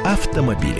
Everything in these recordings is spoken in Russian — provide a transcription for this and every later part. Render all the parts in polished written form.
автомобили.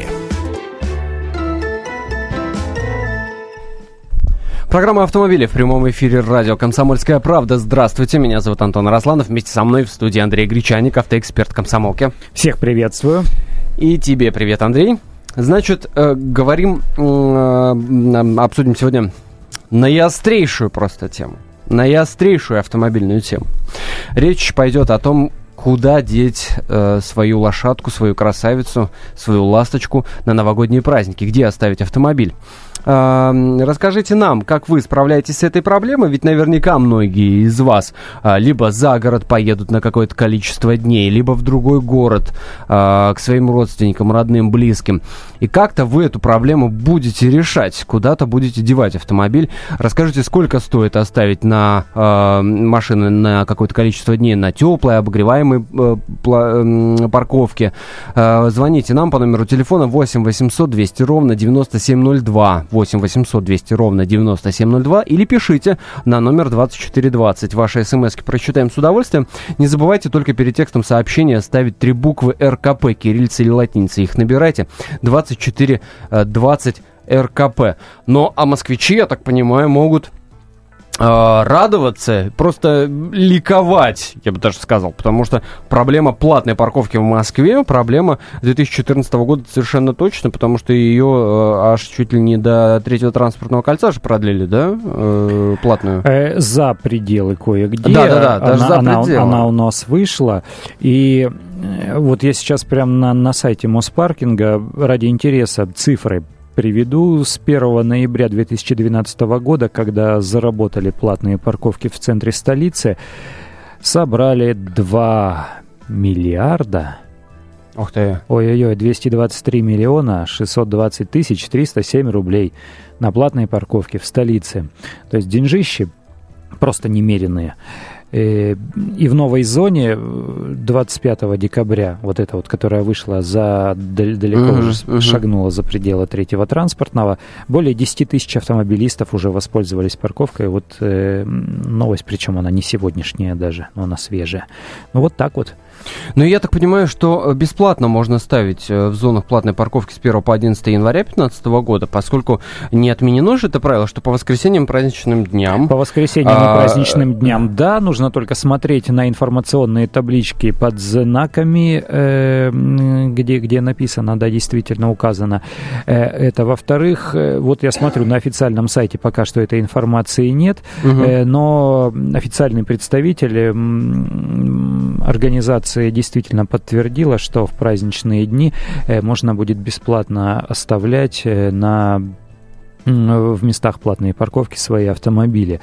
Программа «Автомобили» в прямом эфире радио «Комсомольская правда». Здравствуйте, меня зовут Антон Арасланов. Вместе со мной в студии Андрей Гречаник, автоэксперт «Комсомолки». Всех приветствую. И тебе привет, Андрей. Значит, обсудим сегодня наиострейшую просто тему. Наиострейшую автомобильную тему. Речь пойдет о том, куда деть свою лошадку, свою красавицу, свою ласточку на новогодние праздники. Где оставить автомобиль? Расскажите нам, как вы справляетесь с этой проблемой, ведь наверняка многие из вас либо за город поедут на какое-то количество дней, либо в другой город к своим родственникам, родным, близким. И как-то вы эту проблему будете решать, куда-то будете девать автомобиль. Расскажите, сколько стоит оставить на машины на какое-то количество дней на теплой, обогреваемой парковке. Звоните нам по номеру телефона 8 800 200 ровно 9702. 8 800 200 ровно 9702 или пишите на номер 2420. Ваши смски прочитаем с удовольствием. Не забывайте только перед текстом сообщения ставить 3 буквы РКП, кириллица или латиница. Их набирайте 2420 РКП. Но а москвичи, я так понимаю, могут радоваться, просто ликовать, я бы даже сказал, потому что проблема платной парковки в Москве, проблема 2014 года совершенно точно, потому что ее аж чуть ли не до 3-го транспортного кольца же продлили, да, платную? За пределы кое-где. Да, даже за пределы. Она у нас вышла, и вот я сейчас прямо на сайте Моспаркинга ради интереса цифры приведу. С 1 ноября 2012 года, когда заработали платные парковки в центре столицы, собрали 2 миллиарда... Ух ты! Ой-ой-ой, 223 миллиона 620 тысяч 307 рублей на платные парковки в столице. То есть деньжищи просто немеренные. И в новой зоне 25 декабря, вот эта вот, которая вышла далеко уже шагнула за пределы 3-го транспортного, более 10 тысяч автомобилистов уже воспользовались парковкой. Вот новость, причем она не сегодняшняя даже, но она свежая. Ну вот так вот. Ну, я так понимаю, что бесплатно можно ставить в зонах платной парковки с 1 по 11 января 2015 года, поскольку не отменено же это правило, что по воскресеньям и праздничным дням... По воскресеньям и праздничным дням, да, нужно только смотреть на информационные таблички под знаками, где написано, да, действительно указано это. Во-вторых, вот я смотрю, на официальном сайте пока что этой информации нет, но официальный представитель организации действительно подтвердила, что в праздничные дни можно будет бесплатно оставлять в местах платной парковки свои автомобили.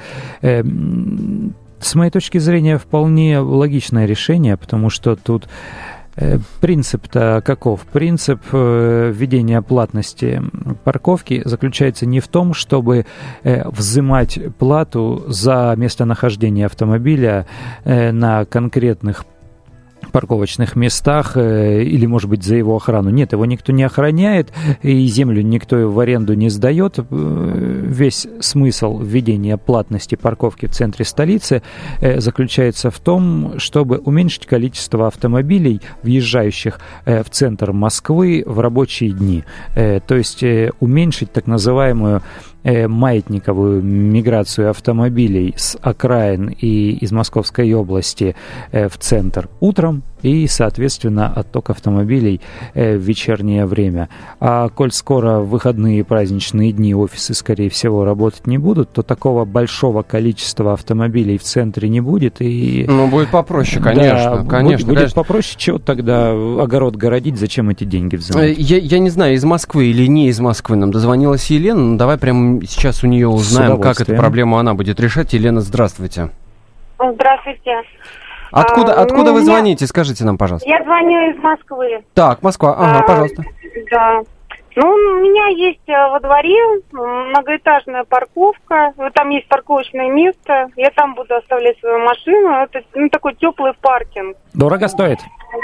С моей точки зрения, вполне логичное решение, потому что тут принцип-то каков? Принцип введения платности парковки заключается не в том, чтобы взимать плату за местонахождение автомобиля на конкретных парковочных местах или, может быть, за его охрану. Нет, его никто не охраняет, и землю никто в аренду не сдает. Весь смысл введения платности парковки в центре столицы заключается в том, чтобы уменьшить количество автомобилей, въезжающих в центр Москвы в рабочие дни. То есть уменьшить так называемую маятниковую миграцию автомобилей с окраин и из Московской области в центр утром и, соответственно, отток автомобилей в вечернее время. А коль скоро в выходные и праздничные дни офисы, скорее всего, работать не будут, то такого большого количества автомобилей в центре не будет. И, ну, будет попроще, конечно. Да, будет попроще. Чего тогда огород городить? Зачем эти деньги взимать? Я не знаю, из Москвы или не из Москвы нам дозвонилась Елена. Ну, давай прямо сейчас у нее узнаем, как эту проблему она будет решать. Елена, здравствуйте. Здравствуйте. Откуда вы звоните? Скажите нам, пожалуйста. Я звоню из Москвы. Так, Москва. Ага, пожалуйста. Да. Ну, у меня есть во дворе многоэтажная парковка. Там есть парковочное место. Я там буду оставлять свою машину. Это такой теплый паркинг. Дорого стоит?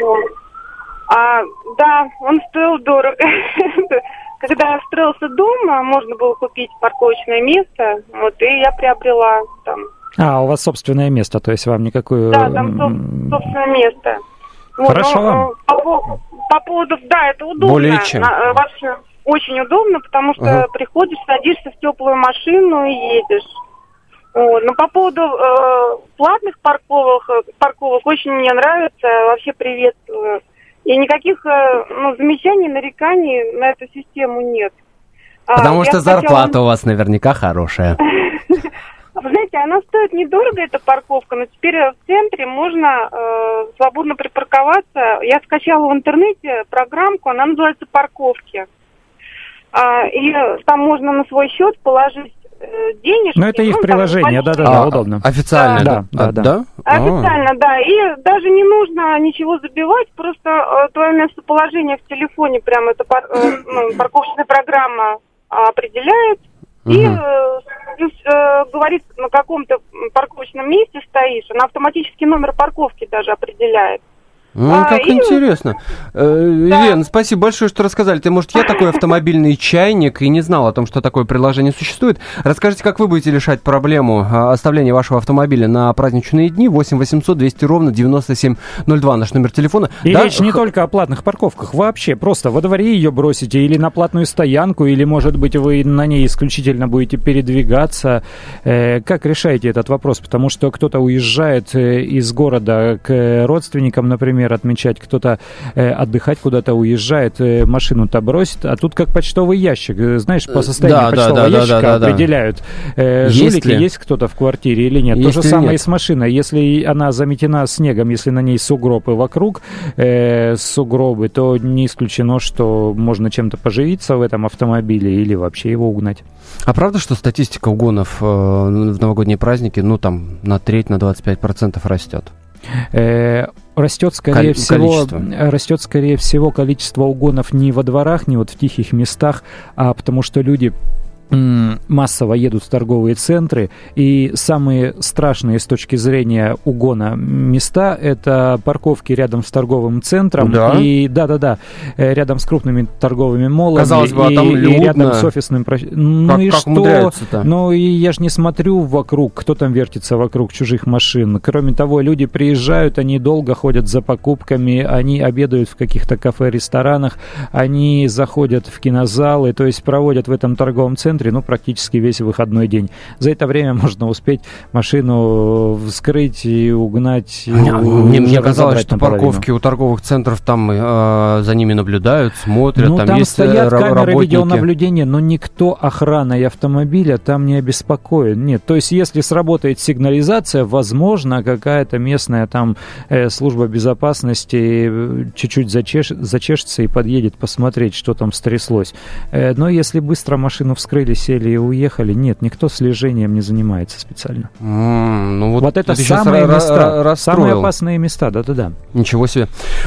Да, он стоил дорого. Когда строился дом, можно было купить парковочное место. Вот, и я приобрела там. У вас собственное место, то есть вам никакую... Да, там собственное место. Хорошо. Вот, по поводу, да, это удобно. Более чем. Вообще очень удобно, потому что приходишь, садишься в теплую машину и едешь. Вот. Но по поводу платных парковок очень мне нравится, вообще приветствую. И никаких замечаний, нареканий на эту систему нет. Потому что зарплата у вас наверняка хорошая. Вы знаете, она стоит недорого, эта парковка, но теперь в центре можно свободно припарковаться. Я скачала в интернете программку, она называется «Парковки». И там можно на свой счет положить денежки. Ну, это их приложение, да, удобно. Официально, да? Официально, да. И даже не нужно ничего забивать, просто твое местоположение в телефоне, прямо эта парковочная программа определяет. И говорит, на каком-то парковочном месте стоишь, она автоматически номер парковки даже определяет. Как интересно. Елена, спасибо большое, что рассказали. Ты, может, я такой автомобильный чайник и не знал о том, что такое приложение существует. Расскажите, как вы будете решать проблему оставления вашего автомобиля на праздничные дни. 8 800 200 ровно 9702 наш номер телефона. И речь не только о платных парковках. Вообще, просто во дворе ее бросите или на платную стоянку, или, может быть, вы на ней исключительно будете передвигаться. Как решаете этот вопрос? Потому что кто-то уезжает из города к родственникам, например, отмечать, кто-то отдыхать куда-то уезжает, машину-то бросит, а тут как почтовый ящик, знаешь, по состоянию почтового ящика определяют, жулики есть кто-то в квартире или нет. То же самое и с машиной. Если она заметена снегом, если на ней сугробы вокруг, сугробы, то не исключено, что можно чем-то поживиться в этом автомобиле или вообще его угнать. А правда, что статистика угонов в новогодние праздники, на треть, на 25% растет? Растет, скорее всего, количество угонов не во дворах, не вот в тихих местах, а потому что люди массово едут в торговые центры, и самые страшные с точки зрения угона места — это парковки рядом с торговым центром, и рядом с крупными торговыми моллами. Казалось бы, там людно. И рядом с офисным... Как умудряются-то? Ну и я же не смотрю вокруг, кто там вертится вокруг чужих машин. Кроме того, люди приезжают, они долго ходят за покупками, они обедают в каких-то кафе, ресторанах, они заходят в кинозалы, то есть проводят в этом торговом центре практически весь выходной день. За это время можно успеть машину вскрыть и угнать. Мне казалось, что парковки у торговых центров там за ними наблюдают, смотрят. Там есть стоят камеры видеонаблюдения, но никто охраной автомобиля там не обеспокоен. Нет, то есть если сработает сигнализация, возможно, какая-то местная там служба безопасности чуть-чуть зачешется и подъедет посмотреть, что там стряслось. Но если быстро машину вскрыли, сели и уехали, нет, никто слежением не занимается специально. Вот это самые места, самые опасные места, да-да-да. Ничего себе.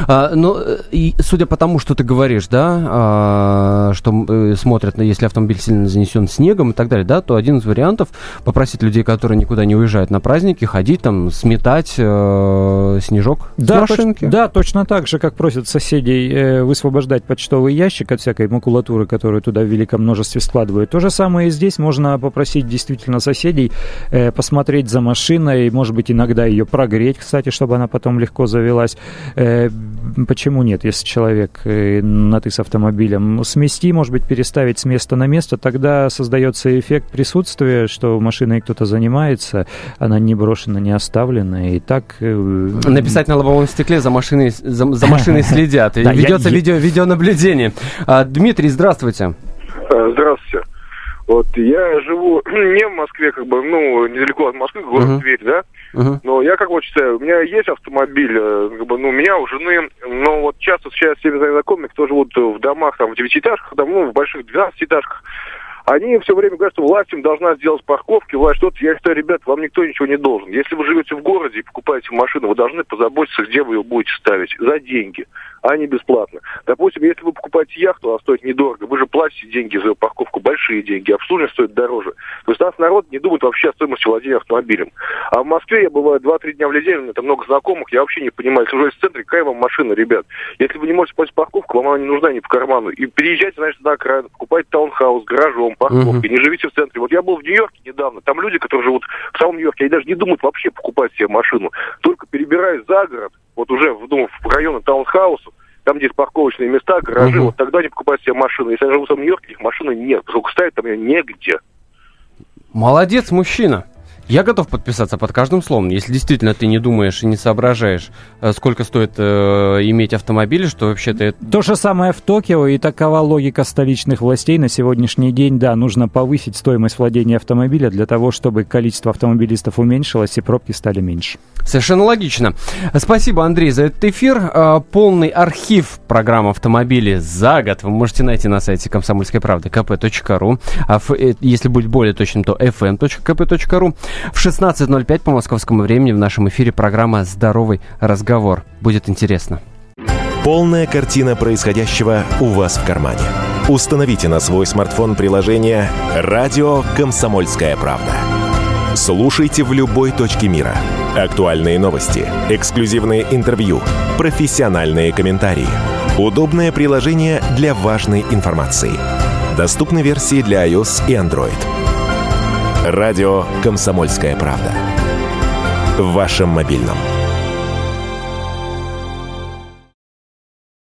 И судя по тому, что ты говоришь, что смотрят, если автомобиль сильно занесен снегом и так далее, то один из вариантов — попросить людей, которые никуда не уезжают на праздники, ходить там, сметать снежок с машинки. Точно так же, как просят соседей высвобождать почтовый ящик от всякой макулатуры, которую туда в великом множестве складывают. То же самое и здесь. Можно попросить действительно соседей посмотреть за машиной, может быть, иногда ее прогреть, кстати, чтобы она потом легко завелась. Почему нет, если человек на «ты» с автомобилем? Смести, может быть, переставить с места на место, тогда создается эффект присутствия, что машиной кто-то занимается, она не брошена, не оставлена, и так... Написать на лобовом стекле «за машиной следят», и ведется видеонаблюдение. Дмитрий, здравствуйте. Здравствуйте. Вот я живу не в Москве, недалеко от Москвы, город Тверь, да? Но я считаю, у меня есть автомобиль, у меня, у жены, но вот часто сейчас все знакомые, кто живут в домах, в 9-этажках, в больших 12-этажках, они все время говорят, что власть им должна сделать парковки, власть что-то. Я считаю, ребят, вам никто ничего не должен. Если вы живете в городе и покупаете машину, вы должны позаботиться, где вы ее будете ставить. За деньги, а не бесплатно. Допустим, если вы покупаете яхту, она стоит недорого, вы же платите деньги за ее парковку, большие деньги, обслуживание стоит дороже. То есть у нас народ не думает вообще о стоимости владения автомобилем. А в Москве я бываю 2-3 дня в неделю, у меня там много знакомых, я вообще не понимаю, если вы в центре, какая вам машина, ребят? Если вы не можете платить парковку, вам она не нужна ни по карману. И переезжайте, на окраину, покупайте таунхаус с гаражом, парковкой, не живите в центре. Вот я был в Нью-Йорке недавно, там люди, которые живут в самом Нью-Йорке, они даже не думают вообще покупать себе машину. Только перебираясь за город, вот уже в районы таунхаусов, там, где есть парковочные места, гаражи, вот тогда не покупать себе машину. Если я живу в Нью-Йорке, их машины нет, потому что ставить там ее негде. Молодец, мужчина. Я готов подписаться под каждым словом. Если действительно ты не думаешь и не соображаешь, сколько стоит иметь автомобиль, что вообще-то... Это... То же самое в Токио, и такова логика столичных властей на сегодняшний день. Да, нужно повысить стоимость владения автомобиля для того, чтобы количество автомобилистов уменьшилось и пробки стали меньше. Совершенно логично. Спасибо, Андрей, за этот эфир. Полный архив программы «Автомобили за год» вы можете найти на сайте «Комсомольской правды» kp.ru. А если быть более точным, то fm.kp.ru. В 16:05 по московскому времени в нашем эфире программа «Здоровый разговор». Будет интересно. Полная картина происходящего у вас в кармане. Установите на свой смартфон приложение «Радио Комсомольская правда». Слушайте в любой точке мира. Актуальные новости, эксклюзивные интервью, профессиональные комментарии. Удобное приложение для важной информации. Доступны версии для iOS и Android. Радио «Комсомольская правда». В вашем мобильном.